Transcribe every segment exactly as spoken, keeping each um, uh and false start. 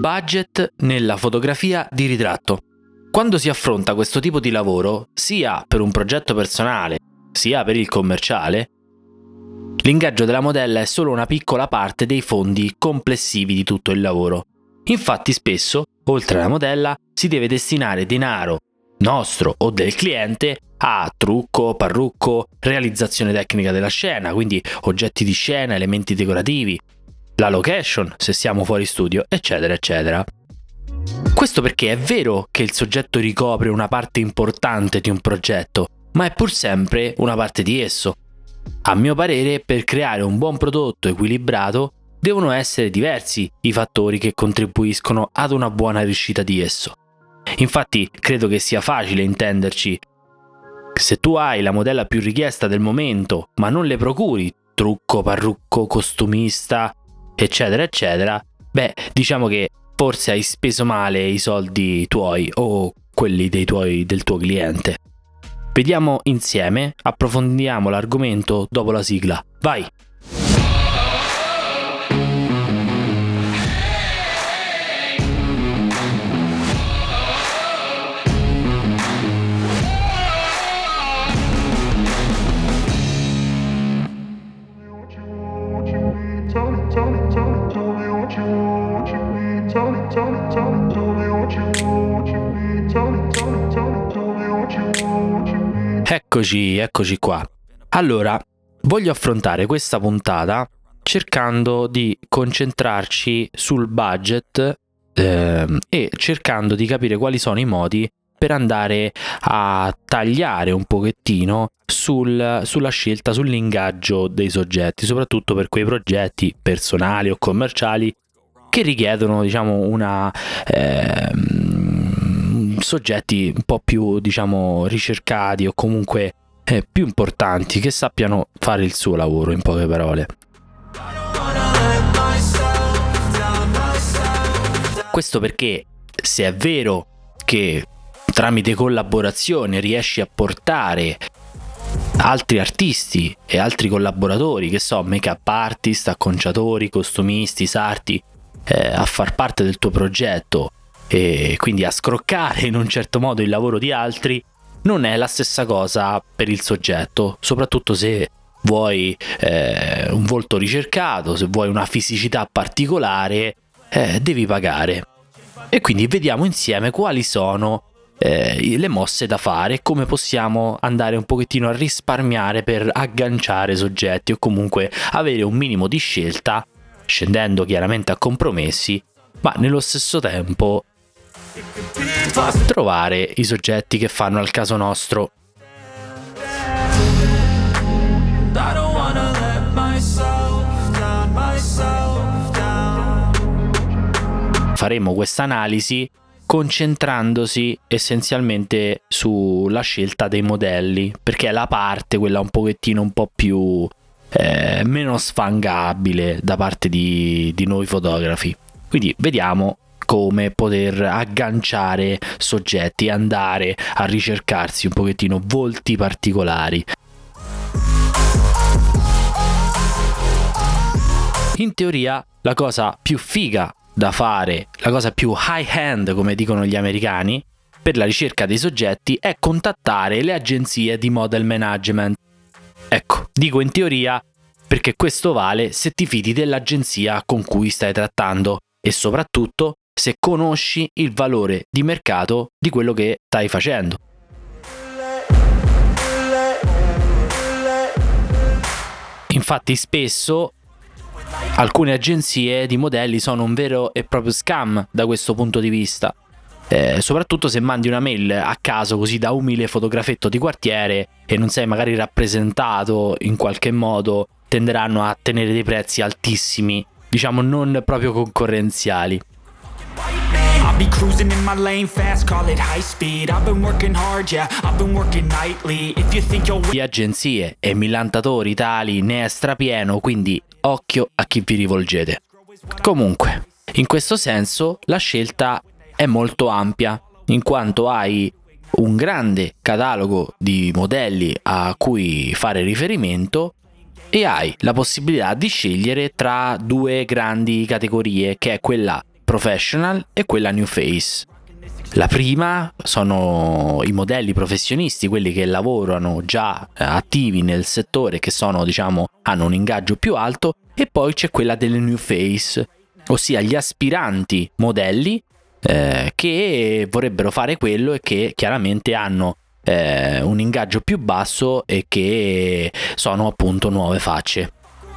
Budget nella fotografia di ritratto. Quando si affronta questo tipo di lavoro, sia per un progetto personale, sia per il commerciale, l'ingaggio della modella è solo una piccola parte dei fondi complessivi di tutto il lavoro. Infatti spesso, oltre alla modella, si deve destinare denaro nostro o del cliente a trucco, parrucco, realizzazione tecnica della scena, quindi oggetti di scena, elementi decorativi, la location se siamo fuori studio, eccetera eccetera. Questo perché è vero che il soggetto ricopre una parte importante di un progetto, ma è pur sempre una parte di esso. A mio parere, per creare un buon prodotto equilibrato, devono essere diversi i fattori che contribuiscono ad una buona riuscita di esso. Infatti, credo che sia facile intenderci. Se tu hai la modella più richiesta del momento, ma non le procuri trucco, parrucco, costumista, eccetera eccetera, beh, diciamo che forse hai speso male i soldi tuoi o quelli dei tuoi del tuo cliente. Vediamo insieme, approfondiamo l'argomento dopo la sigla. Vai! Eccoci, eccoci qua. Allora, voglio affrontare questa puntata cercando di concentrarci sul budget eh, e cercando di capire quali sono i modi per andare a tagliare un pochettino sul, sulla scelta, sull'ingaggio dei soggetti, soprattutto per quei progetti personali o commerciali che richiedono, diciamo, una eh, soggetti un po' più, diciamo, ricercati o comunque eh, più importanti, che sappiano fare il suo lavoro, in poche parole. Questo perché, se è vero che tramite collaborazione riesci a portare altri artisti e altri collaboratori, che so, make-up artist, acconciatori, costumisti, sarti, eh, a far parte del tuo progetto e quindi a scroccare in un certo modo il lavoro di altri, non è la stessa cosa per il soggetto, soprattutto se vuoi eh, un volto ricercato, se vuoi una fisicità particolare, eh, devi pagare. E quindi vediamo insieme quali sono eh, le mosse da fare e come possiamo andare un pochettino a risparmiare per agganciare soggetti o comunque avere un minimo di scelta, scendendo chiaramente a compromessi, ma nello stesso tempo trovare i soggetti che fanno al caso nostro. Faremo questa analisi concentrandosi essenzialmente sulla scelta dei modelli, perché è la parte quella un pochettino un po' più eh, meno sfangabile da parte di, di noi fotografi. Quindi vediamo come poter agganciare soggetti e andare a ricercarsi un pochettino volti particolari. In teoria la cosa più figa da fare, la cosa più high hand, come dicono gli americani, per la ricerca dei soggetti è contattare le agenzie di model management. Ecco, dico in teoria perché questo vale se ti fidi dell'agenzia con cui stai trattando e soprattutto se conosci il valore di mercato di quello che stai facendo. Infatti spesso alcune agenzie di modelli sono un vero e proprio scam da questo punto di vista, eh, soprattutto se mandi una mail a caso così da umile fotografetto di quartiere e non sei magari rappresentato in qualche modo, tenderanno a tenere dei prezzi altissimi, diciamo non proprio concorrenziali. Di agenzie e millantatori tali ne è strapieno, quindi occhio a chi vi rivolgete. Comunque, in questo senso la scelta è molto ampia, in quanto hai un grande catalogo di modelli a cui fare riferimento e hai la possibilità di scegliere tra due grandi categorie, che è quella Professional e quella New Face. La prima sono i modelli professionisti, quelli che lavorano già attivi nel settore, che sono, diciamo, hanno un ingaggio più alto, e poi c'è quella delle New Face, ossia gli aspiranti modelli eh, che vorrebbero fare quello e che chiaramente hanno eh, un ingaggio più basso e che sono appunto nuove facce.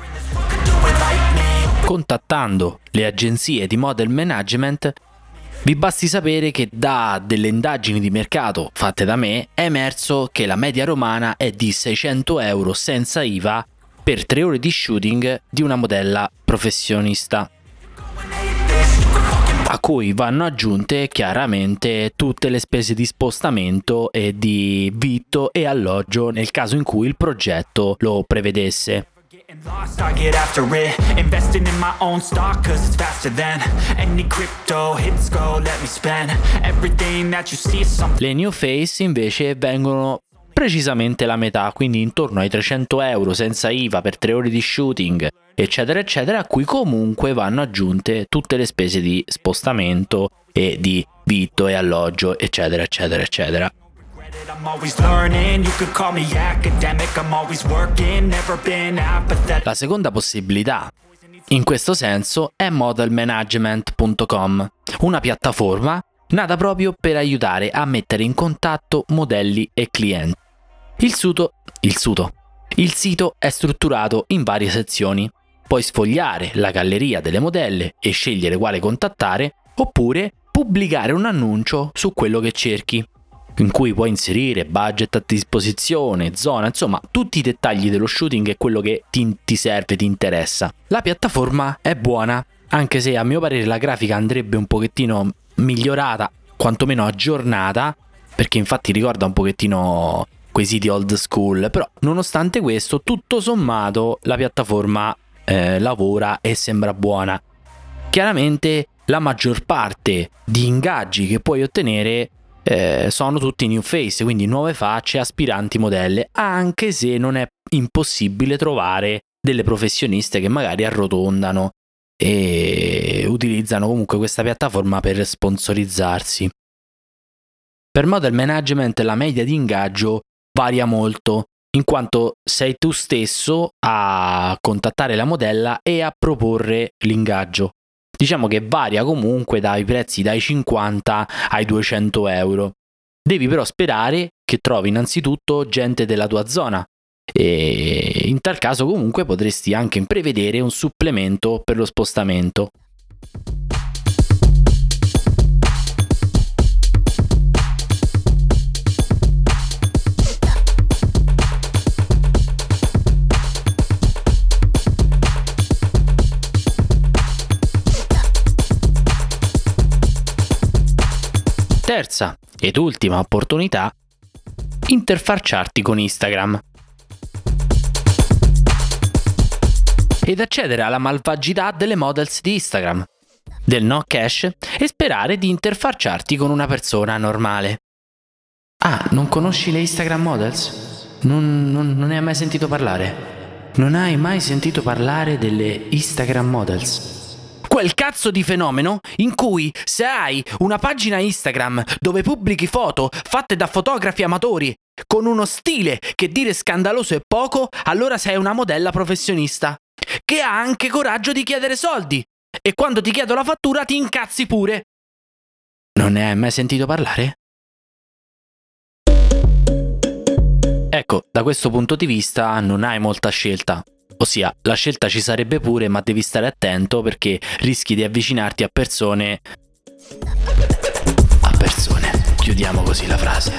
Contattando le agenzie di model management, vi basti sapere che da delle indagini di mercato fatte da me è emerso che la media romana è di seicento euro senza I V A per tre ore di shooting di una modella professionista, a cui vanno aggiunte chiaramente tutte le spese di spostamento e di vitto e alloggio nel caso in cui il progetto lo prevedesse. Lost, I get after it, investing in my own stock cause it's faster than any crypto hits go, let me spend everything that you see is something. Le New Face invece vengono precisamente la metà, quindi intorno ai trecento euro senza I V A per tre ore di shooting, eccetera eccetera, a cui comunque vanno aggiunte tutte le spese di spostamento e di vitto e alloggio, eccetera eccetera eccetera. I'm always learning, you could call me academic, I'm always working, never been apathetic. La seconda possibilità, in questo senso, è model management punto com, una piattaforma nata proprio per aiutare a mettere in contatto modelli e clienti. Il sito, il sito, il sito è strutturato in varie sezioni. Puoi sfogliare la galleria delle modelle e scegliere quale contattare, oppure pubblicare un annuncio su quello che cerchi, in cui puoi inserire budget a disposizione, zona, insomma tutti i dettagli dello shooting e quello che ti, ti serve, ti interessa. La piattaforma è buona, anche se a mio parere la grafica andrebbe un pochettino migliorata, quantomeno aggiornata, perché infatti ricorda un pochettino quei siti old school, però nonostante questo, tutto sommato la piattaforma eh, lavora e sembra buona. Chiaramente la maggior parte di ingaggi che puoi ottenere Eh, sono tutti new face, quindi nuove facce, aspiranti modelle, anche se non è impossibile trovare delle professioniste che magari arrotondano e utilizzano comunque questa piattaforma per sponsorizzarsi. Per model management la media di ingaggio varia molto, in quanto sei tu stesso a contattare la modella e a proporre l'ingaggio. Diciamo che varia comunque dai prezzi dai cinquanta ai duecento euro. Devi però sperare che trovi innanzitutto gente della tua zona, e in tal caso comunque potresti anche prevedere un supplemento per lo spostamento. Terza ed ultima opportunità, interfacciarti con Instagram ed accedere alla malvagità delle models di Instagram, del no cash, e sperare di interfacciarti con una persona normale. Ah, non conosci le Instagram models? Non, non, non ne hai mai sentito parlare? Non hai mai sentito parlare delle Instagram models? Quel cazzo di fenomeno in cui se hai una pagina Instagram dove pubblichi foto fatte da fotografi amatori con uno stile che dire scandaloso è poco, allora sei una modella professionista che ha anche coraggio di chiedere soldi, e quando ti chiedo la fattura ti incazzi pure. Non ne hai mai sentito parlare? Ecco, da questo punto di vista non hai molta scelta. Ossia, la scelta ci sarebbe pure, ma devi stare attento perché rischi di avvicinarti a persone... A persone. Chiudiamo così la frase.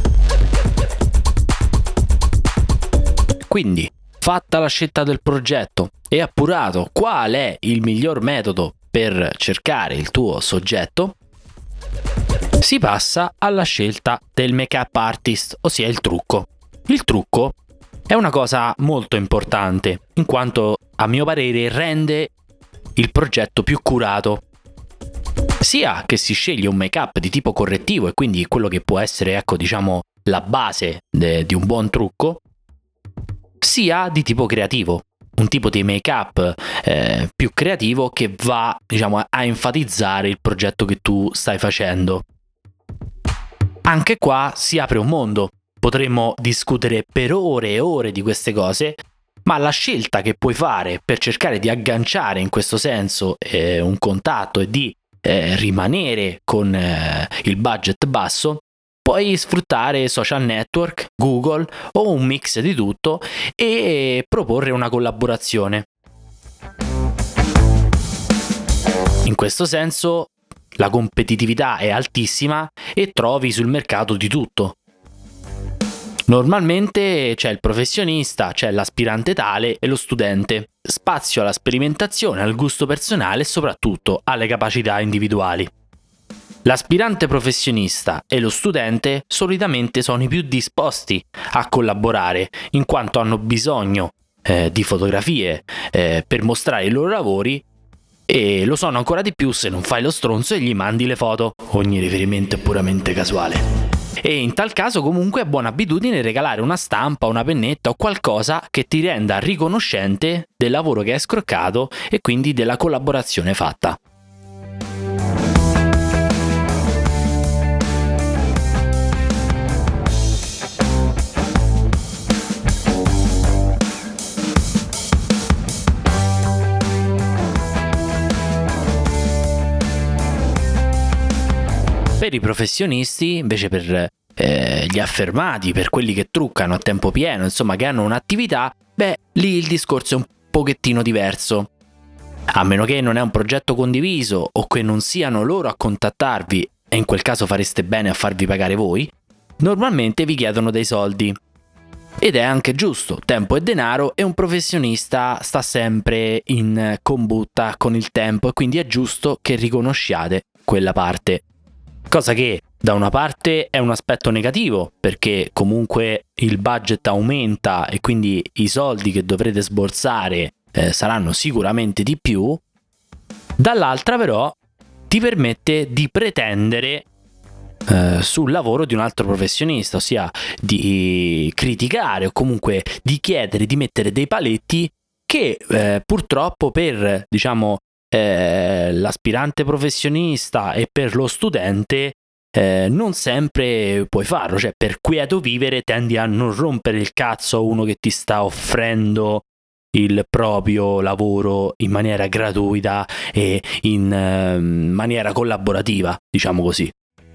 Quindi, fatta la scelta del progetto e appurato qual è il miglior metodo per cercare il tuo soggetto, si passa alla scelta del make-up artist, ossia il trucco. Il trucco è una cosa molto importante, in quanto a mio parere rende il progetto più curato. Sia che si sceglie un make-up di tipo correttivo, e quindi quello che può essere, ecco, diciamo, la base de- di un buon trucco, sia di tipo creativo, un tipo di make-up eh, più creativo che va, diciamo, a enfatizzare il progetto che tu stai facendo. Anche qua si apre un mondo. Potremmo discutere per ore e ore di queste cose, ma la scelta che puoi fare per cercare di agganciare in questo senso eh, un contatto e di eh, rimanere con eh, il budget basso, puoi sfruttare social network, Google o un mix di tutto e proporre una collaborazione. In questo senso la competitività è altissima e trovi sul mercato di tutto. Normalmente c'è il professionista, c'è l'aspirante tale e lo studente. Spazio alla sperimentazione, al gusto personale e soprattutto alle capacità individuali. L'aspirante professionista e lo studente solitamente sono i più disposti a collaborare, in quanto hanno bisogno eh, di fotografie eh, per mostrare i loro lavori, e lo sono ancora di più se non fai lo stronzo e gli mandi le foto. Ogni riferimento è puramente casuale. E in tal caso comunque è buona abitudine regalare una stampa, una pennetta o qualcosa che ti renda riconoscente del lavoro che hai scroccato e quindi della collaborazione fatta. Per i professionisti, invece, per eh, gli affermati, per quelli che truccano a tempo pieno, insomma che hanno un'attività, beh, lì il discorso è un pochettino diverso. A meno che non è un progetto condiviso o che non siano loro a contattarvi, e in quel caso fareste bene a farvi pagare voi, normalmente vi chiedono dei soldi. Ed è anche giusto, tempo è denaro e un professionista sta sempre in combutta con il tempo e quindi è giusto che riconosciate quella parte. Cosa che da una parte è un aspetto negativo, perché comunque il budget aumenta e quindi i soldi che dovrete sborsare eh, saranno sicuramente di più. Dall'altra però ti permette di pretendere eh, sul lavoro di un altro professionista, ossia di criticare o comunque di chiedere di mettere dei paletti che eh, purtroppo per, diciamo, Eh, l'aspirante professionista e per lo studente eh, non sempre puoi farlo, cioè per quieto vivere tendi a non rompere il cazzo a uno che ti sta offrendo il proprio lavoro in maniera gratuita e in eh, maniera collaborativa, diciamo così.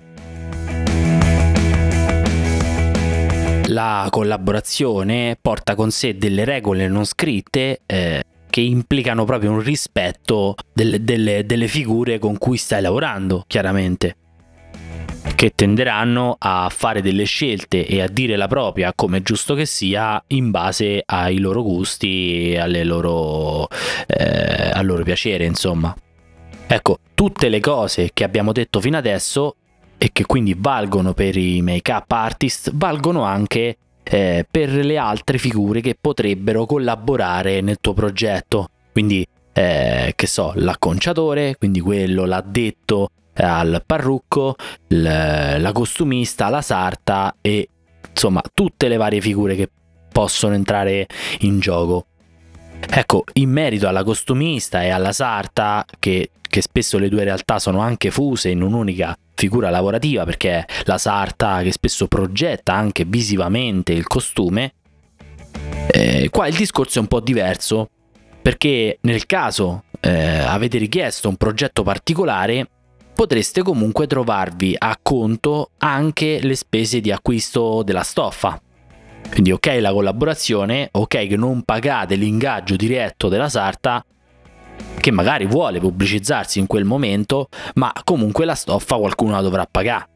La collaborazione porta con sé delle regole non scritte eh, che implicano proprio un rispetto delle, delle, delle figure con cui stai lavorando, chiaramente, che tenderanno a fare delle scelte e a dire la propria, come è giusto che sia, in base ai loro gusti e alle loro, eh, al loro piacere, insomma. Ecco, tutte le cose che abbiamo detto fino adesso e che quindi valgono per i make-up artist, valgono anche Eh, per le altre figure che potrebbero collaborare nel tuo progetto. Quindi eh, che so, l'acconciatore, quindi quello l'addetto al parrucco, l- la costumista, la sarta e insomma tutte le varie figure che possono entrare in gioco. Ecco, in merito alla costumista e alla sarta, che, che spesso le due realtà sono anche fuse in un'unica figura lavorativa, perché è la sarta che spesso progetta anche visivamente il costume, eh, qua il discorso è un po' diverso, perché nel caso eh, avete richiesto un progetto particolare, potreste comunque trovarvi a conto anche le spese di acquisto della stoffa. Quindi ok la collaborazione, ok che non pagate l'ingaggio diretto della sarta, che magari vuole pubblicizzarsi in quel momento, ma comunque la stoffa qualcuno la dovrà pagare.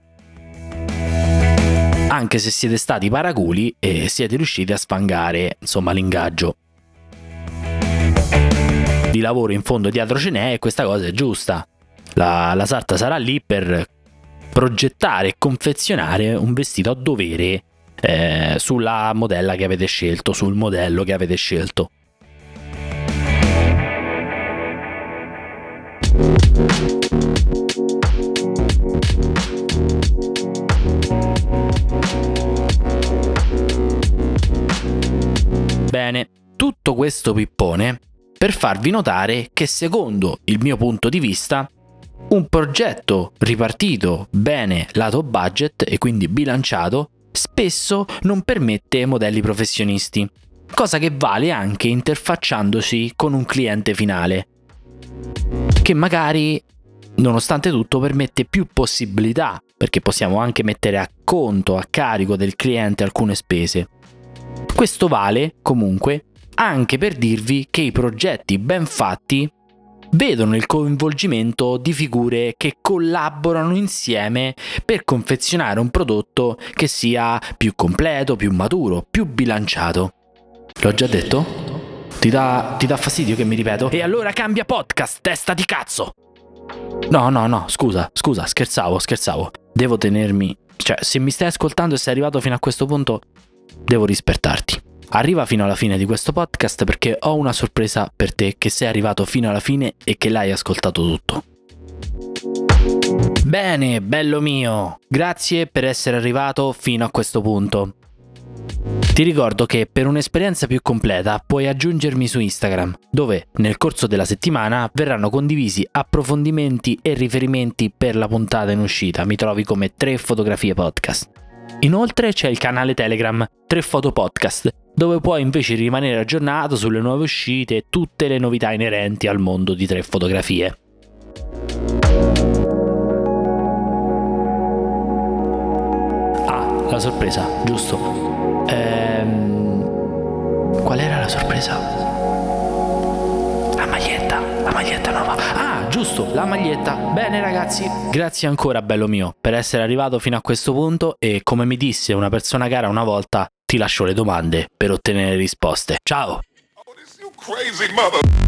Anche se siete stati paraculi e siete riusciti a sfangare, insomma, l'ingaggio. Di lavoro in fondo dietro ce n'è e questa cosa è giusta. La, la sarta sarà lì per progettare e confezionare un vestito a dovere eh, sulla modella che avete scelto, sul modello che avete scelto. Bene, tutto tutto questo pippone per farvi notare che secondo il mio punto di vista un progetto ripartito bene lato budget e quindi bilanciato spesso non permette modelli professionisti, cosa che vale anche interfacciandosi con un cliente finale, che magari nonostante tutto permette più possibilità, perché possiamo anche mettere a conto, a carico del cliente alcune spese. Questo vale comunque anche per dirvi che i progetti ben fatti vedono il coinvolgimento di figure che collaborano insieme per confezionare un prodotto che sia più completo, più maturo, più bilanciato. L'ho già detto? Ti dà, ti dà fastidio che mi ripeto? E allora cambia podcast, testa di cazzo! No, no, no, scusa, scusa, scherzavo, scherzavo. Devo tenermi... Cioè, se mi stai ascoltando e sei arrivato fino a questo punto, devo rispettarti. Arriva fino alla fine di questo podcast perché ho una sorpresa per te, che sei arrivato fino alla fine e che l'hai ascoltato tutto. Bene, bello mio, grazie per essere arrivato fino a questo punto. Ti ricordo che per un'esperienza più completa puoi aggiungermi su Instagram, dove nel corso della settimana verranno condivisi approfondimenti e riferimenti per la puntata in uscita. Mi trovi come Tre Fotografie Podcast. Inoltre c'è il canale Telegram Tre Foto Podcast, dove puoi invece rimanere aggiornato sulle nuove uscite e tutte le novità inerenti al mondo di Tre Fotografie. Ah, la sorpresa, giusto. Ehm... Qual era la sorpresa? La maglietta, la maglietta nuova. Ah, giusto, la maglietta. Bene ragazzi, grazie ancora bello mio per essere arrivato fino a questo punto e come mi disse una persona cara una volta, ti lascio le domande per ottenere risposte. Ciao! Oh,